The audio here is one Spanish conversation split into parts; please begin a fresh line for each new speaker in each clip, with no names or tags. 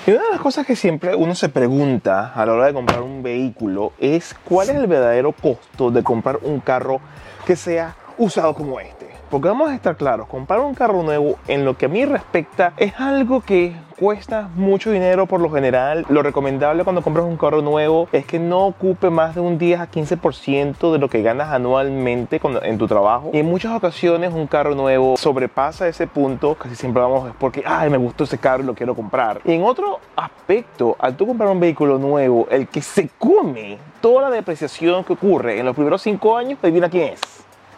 Y una de las cosas que siempre uno se pregunta a la hora de comprar un vehículo es cuál es el verdadero costo de comprar un carro que sea usado como este. Porque vamos a estar claros, comprar un carro nuevo en lo que a mí respecta es algo que cuesta mucho dinero por lo general. Lo recomendable cuando compras un carro nuevo es que no ocupe más de un 10 a 15% de lo que ganas anualmente en tu trabajo. Y en muchas ocasiones un carro nuevo sobrepasa ese punto. Casi siempre vamos es porque me gustó ese carro y lo quiero comprar. Y en otro aspecto, al tú comprar un vehículo nuevo, el que se come toda la depreciación que ocurre en los primeros 5 años, adivina quién es.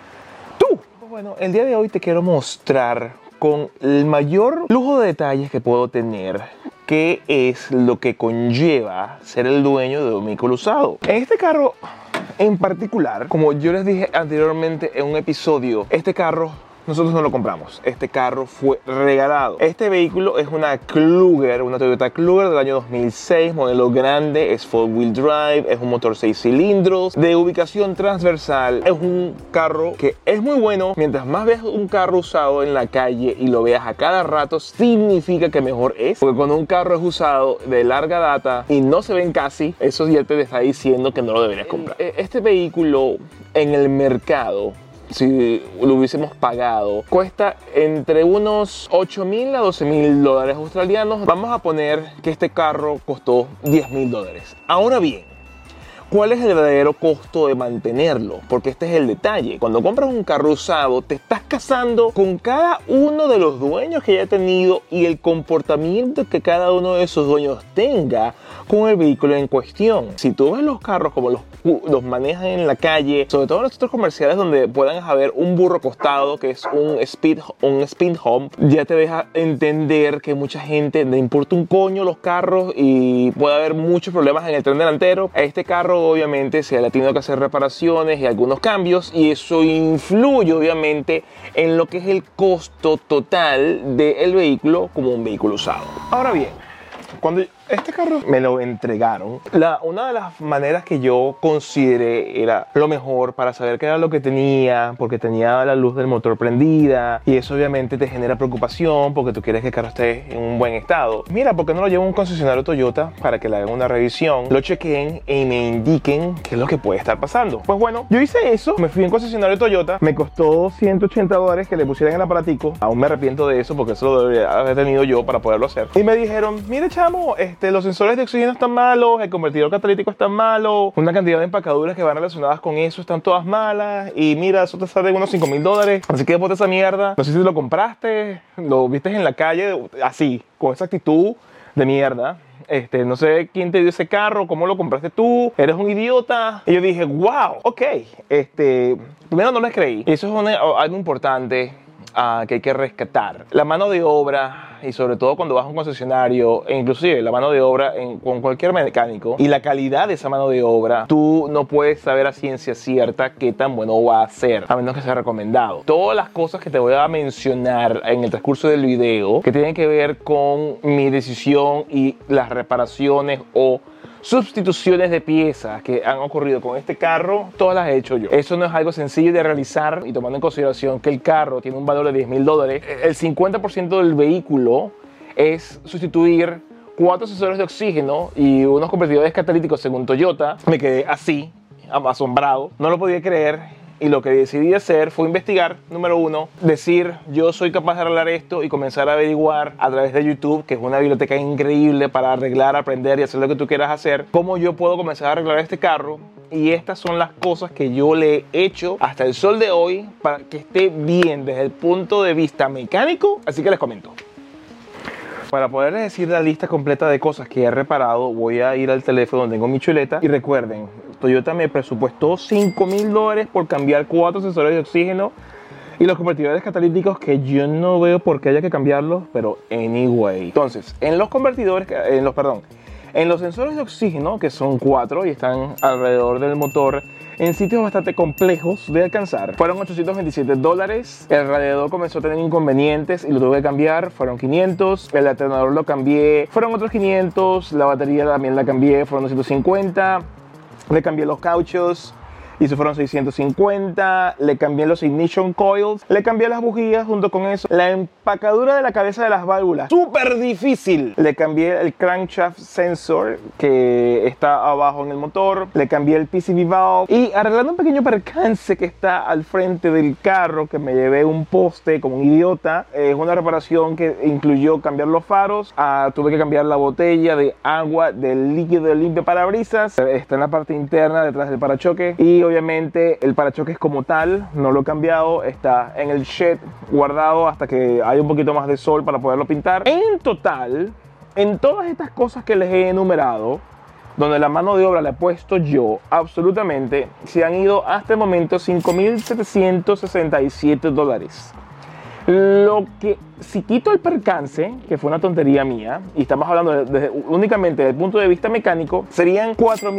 Tú. Bueno, el día de hoy te quiero mostrar con el mayor lujo de detalles que puedo tener qué es lo que conlleva ser el dueño de un vehículo usado. En este carro en particular, como yo les dije anteriormente en un episodio, este carro nosotros no lo compramos, este carro fue regalado. Este vehículo es una Kluger, una Toyota Kluger del año 2006, modelo grande, es 4-wheel drive, es un motor 6 cilindros, de ubicación transversal. Es un carro que es muy bueno. Mientras más veas un carro usado en la calle y lo veas a cada rato, significa que mejor es. Porque cuando un carro es usado de larga data y no se ven casi, eso ya te está diciendo que no lo deberías comprar. Este vehículo en el mercado, si lo hubiésemos pagado, cuesta entre unos 8.000 a 12.000 dólares australianos. Vamos a poner que este carro costó 10.000 dólares. Ahora bien, ¿cuál es el verdadero costo de mantenerlo? Porque este es el detalle. Cuando compras un carro usado, te estás casando con cada uno de los dueños que haya tenido y el comportamiento que cada uno de esos dueños tenga con el vehículo en cuestión. Si tú ves los carros como los manejan en la calle, sobre todo en los centros comerciales donde puedan haber un burro acostado, que es un speed hump, ya te deja entender que mucha gente le importa un coño los carros y puede haber muchos problemas en el tren delantero. A este carro obviamente se le ha tenido que hacer reparaciones y algunos cambios, y eso influye obviamente en lo que es el costo total del vehículo como un vehículo usado. Ahora bien, cuando este carro me lo entregaron, una de las maneras que yo consideré era lo mejor para saber qué era lo que tenía, porque tenía la luz del motor prendida, y eso obviamente te genera preocupación porque tú quieres que el carro esté en un buen estado. Mira, ¿por qué no lo llevo a un concesionario Toyota para que le hagan una revisión, lo chequen y me indiquen qué es lo que puede estar pasando? Pues bueno, yo hice eso, me fui a un concesionario Toyota, me costó 180 dólares que le pusieran el aparatico. Aún me arrepiento de eso porque eso lo debería haber tenido yo para poderlo hacer. Y me dijeron, mire chamo, los sensores de oxígeno están malos, el convertidor catalítico está malo, una cantidad de empacaduras que van relacionadas con eso están todas malas, y mira, eso te sale unos 5.000 dólares, así que bote esa mierda. No sé si lo compraste, lo viste en la calle, así, con esa actitud de mierda. No sé quién te dio ese carro, cómo lo compraste tú, eres un idiota. Y yo dije, wow, ok. Primero no les creí. Eso es algo importante que hay que rescatar. La mano de obra, y sobre todo cuando vas a un concesionario, e inclusive la mano de obra con cualquier mecánico, y la calidad de esa mano de obra, tú no puedes saber a ciencia cierta qué tan bueno va a ser, a menos que sea recomendado. Todas las cosas que te voy a mencionar en el transcurso del video, que tienen que ver con mi decisión y las reparaciones o sustituciones de piezas que han ocurrido con este carro, todas las he hecho yo. Eso no es algo sencillo de realizar, y tomando en consideración que el carro tiene un valor de 10.000 dólares, el 50% del vehículo es sustituir 4 sensores de oxígeno y unos convertidores catalíticos según Toyota. Me quedé así, asombrado, no lo podía creer. Y lo que decidí hacer fue investigar, número uno, decir yo soy capaz de arreglar esto, y comenzar a averiguar a través de YouTube, que es una biblioteca increíble para arreglar, aprender y hacer lo que tú quieras hacer, cómo yo puedo comenzar a arreglar este carro. Y estas son las cosas que yo le he hecho hasta el sol de hoy para que esté bien desde el punto de vista mecánico. Así que les comento. Para poderles decir la lista completa de cosas que he reparado, voy a ir al teléfono donde tengo mi chuleta. Y recuerden, Toyota me presupuestó 5.000 dólares por cambiar 4 sensores de oxígeno y los convertidores catalíticos, que yo no veo por qué haya que cambiarlos, pero anyway. Entonces, en los sensores de oxígeno, que son 4 y están alrededor del motor, en sitios bastante complejos de alcanzar, fueron 827 dólares. El radiador comenzó a tener inconvenientes y lo tuve que cambiar, fueron 500. El alternador lo cambié, fueron otros 500. La batería también la cambié, fueron 250. Le cambié los cauchos y eso fueron 650. Le cambié los ignition coils, le cambié las bujías junto con eso. La empacadura de la cabeza de las válvulas, súper difícil. Le cambié el crankshaft sensor que está abajo en el motor, le cambié el PCV valve y arreglando un pequeño percance que está al frente del carro, que me llevé un poste como un idiota. Es una reparación que incluyó cambiar los faros, tuve que cambiar la botella de agua del líquido de limpia parabrisas, está en la parte interna detrás del parachoque, y obviamente el parachoques como tal no lo he cambiado, está en el shed guardado hasta que haya un poquito más de sol para poderlo pintar. En total, en todas estas cosas que les he enumerado, donde la mano de obra la he puesto yo, absolutamente, se han ido hasta el momento $5,767. Lo que, si quito el percance, que fue una tontería mía, y estamos hablando únicamente desde el punto de vista mecánico, serían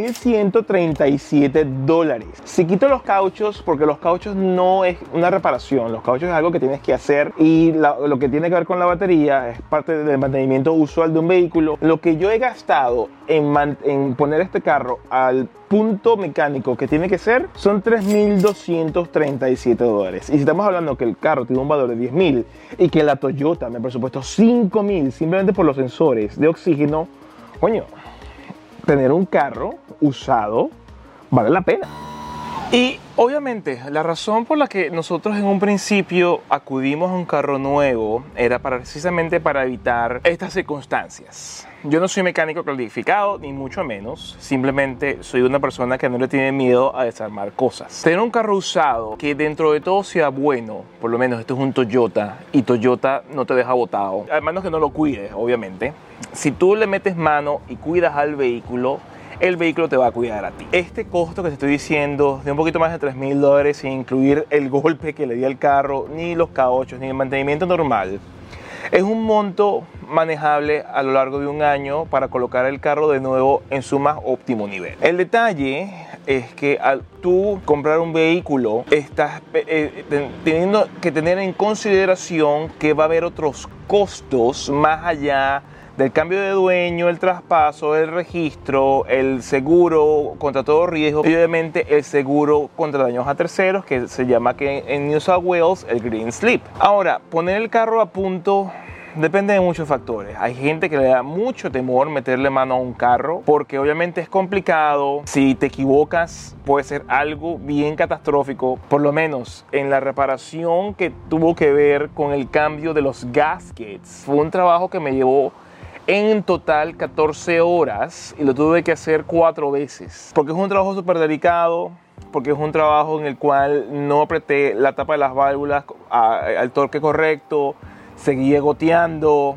$4,137. Si quito los cauchos, porque los cauchos no es una reparación, los cauchos es algo que tienes que hacer, y lo que tiene que ver con la batería es parte del mantenimiento usual de un vehículo. Lo que yo he gastado en poner este carro al punto mecánico que tiene que ser son $3,237. Y si estamos hablando que el carro tiene un valor de $10,000 y que la Toyota me presupuestó $5,000 simplemente por los sensores de oxígeno, coño, tener un carro usado vale la pena. Y obviamente la razón por la que nosotros en un principio acudimos a un carro nuevo era precisamente para evitar estas circunstancias. Yo no soy mecánico calificado, ni mucho menos. Simplemente soy una persona que no le tiene miedo a desarmar cosas. Tener un carro usado que dentro de todo sea bueno, por lo menos esto es un Toyota, y Toyota no te deja botado, a menos que no lo cuides, obviamente. Si tú le metes mano y cuidas al vehículo, el vehículo te va a cuidar a ti. Este costo que te estoy diciendo, de un poquito más de $3,000, sin incluir el golpe que le di al carro, ni los cauchos, ni el mantenimiento normal, es un monto manejable a lo largo de un año para colocar el carro de nuevo en su más óptimo nivel. El detalle es que al tú comprar un vehículo, estás teniendo que tener en consideración que va a haber otros costos más allá del cambio de dueño, el traspaso, el registro, el seguro contra todo riesgo y obviamente el seguro contra daños a terceros, que se llama aquí en New South Wales el Green Slip. Ahora, poner el carro a punto depende de muchos factores. Hay gente que le da mucho temor meterle mano a un carro porque obviamente es complicado. Si te equivocas puede ser algo bien catastrófico. Por lo menos en la reparación que tuvo que ver con el cambio de los gaskets, fue un trabajo que me llevó en total 14 horas y lo tuve que hacer 4 veces. Porque es un trabajo súper delicado, porque es un trabajo en el cual no apreté la tapa de las válvulas al torque correcto, seguí goteando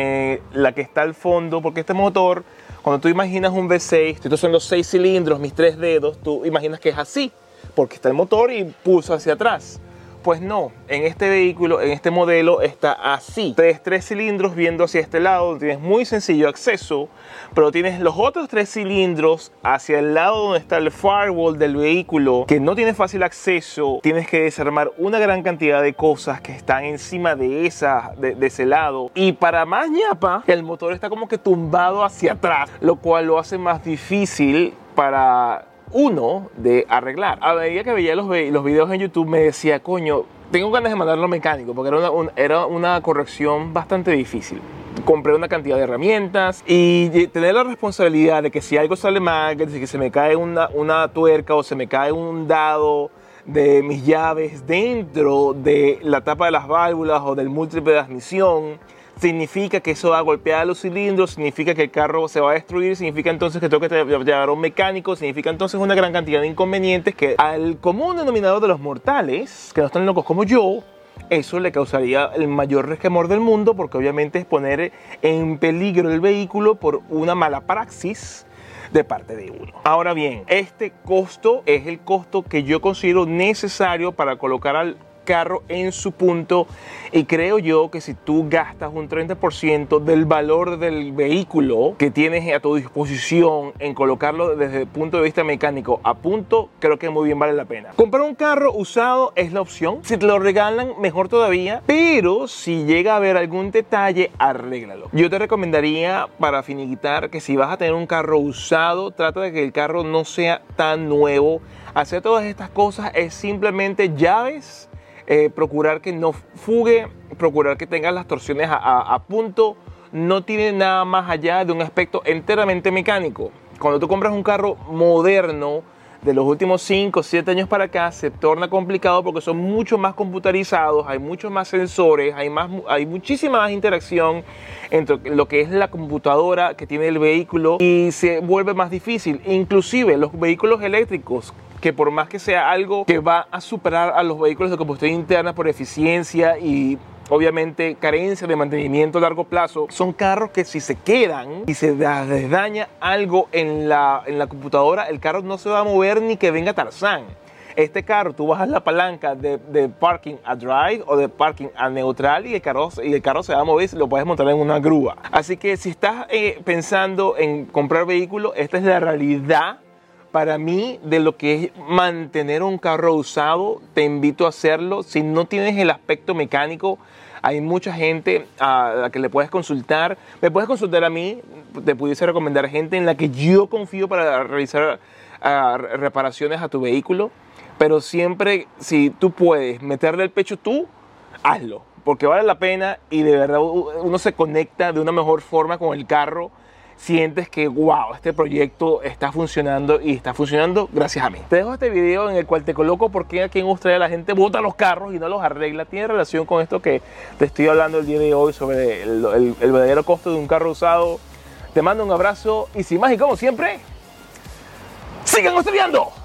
la que está al fondo, porque este motor, cuando tú imaginas un V6, estos son los 6 cilindros, mis 3 dedos, tú imaginas que es así, porque está el motor y pulsa hacia atrás. Pues no, en este vehículo, en este modelo está así. Tienes 3 cilindros viendo hacia este lado, tienes muy sencillo acceso, pero tienes los otros 3 cilindros hacia el lado donde está el firewall del vehículo, que no tiene fácil acceso. Tienes que desarmar una gran cantidad de cosas que están encima de ese lado. Y para más ñapa, el motor está como que tumbado hacia atrás, lo cual lo hace más difícil para uno de arreglar. A medida que veía los videos en YouTube me decía, coño, tengo ganas de mandarlo mecánico porque era una corrección bastante difícil. Compré una cantidad de herramientas y tener la responsabilidad de que si algo sale mal, que se me cae una tuerca o se me cae un dado de mis llaves dentro de la tapa de las válvulas o del múltiple de admisión, significa que eso va a golpear a los cilindros, significa que el carro se va a destruir, significa entonces que tengo que llevar a un mecánico, significa entonces una gran cantidad de inconvenientes que al común denominador de los mortales, que no están locos como yo, eso le causaría el mayor resquemor del mundo, porque obviamente es poner en peligro el vehículo por una mala praxis de parte de uno. Ahora bien, este costo es el costo que yo considero necesario para colocar carro en su punto, y creo yo que si tú gastas un 30% del valor del vehículo que tienes a tu disposición en colocarlo desde el punto de vista mecánico a punto, creo que muy bien vale la pena. Comprar un carro usado es la opción. Si te lo regalan, mejor todavía, pero si llega a haber algún detalle, arréglalo. Yo te recomendaría, para finiquitar, que si vas a tener un carro usado, trata de que el carro no sea tan nuevo. Hacer todas estas cosas es simplemente llaves, procurar que no fugue, procurar que tengas las torsiones a punto. No tiene nada más allá de un aspecto enteramente mecánico. Cuando tú compras un carro moderno, de los últimos 5 o 7 años para acá, se torna complicado porque son mucho más computarizados, hay muchos más sensores, hay muchísima más interacción entre lo que es la computadora que tiene el vehículo, y se vuelve más difícil. Inclusive los vehículos eléctricos, que por más que sea algo que va a superar a los vehículos de combustión interna por eficiencia y obviamente carencia de mantenimiento a largo plazo, son carros que si se quedan y se les daña algo en la computadora, el carro no se va a mover ni que venga Tarzán. Este carro, tú bajas la palanca de parking a drive o de parking a neutral y el carro se va a mover y lo puedes montar en una grúa. Así que si estás pensando en comprar vehículo, esta es la realidad para mí de lo que es mantener un carro usado. Te invito a hacerlo. Si no tienes el aspecto mecánico, hay mucha gente a la que le puedes consultar. Me puedes consultar a mí, te pudiese recomendar gente en la que yo confío para realizar reparaciones a tu vehículo. Pero siempre, si tú puedes meterle el pecho tú, hazlo, porque vale la pena y de verdad uno se conecta de una mejor forma con el carro. Sientes que, wow, este proyecto está funcionando y está funcionando gracias a mí. Te dejo este video en el cual te coloco por qué aquí en Australia la gente bota los carros y no los arregla. Tiene relación con esto que te estoy hablando el día de hoy sobre el verdadero costo de un carro usado. Te mando un abrazo y sin más, y como siempre, ¡sigan estudiando!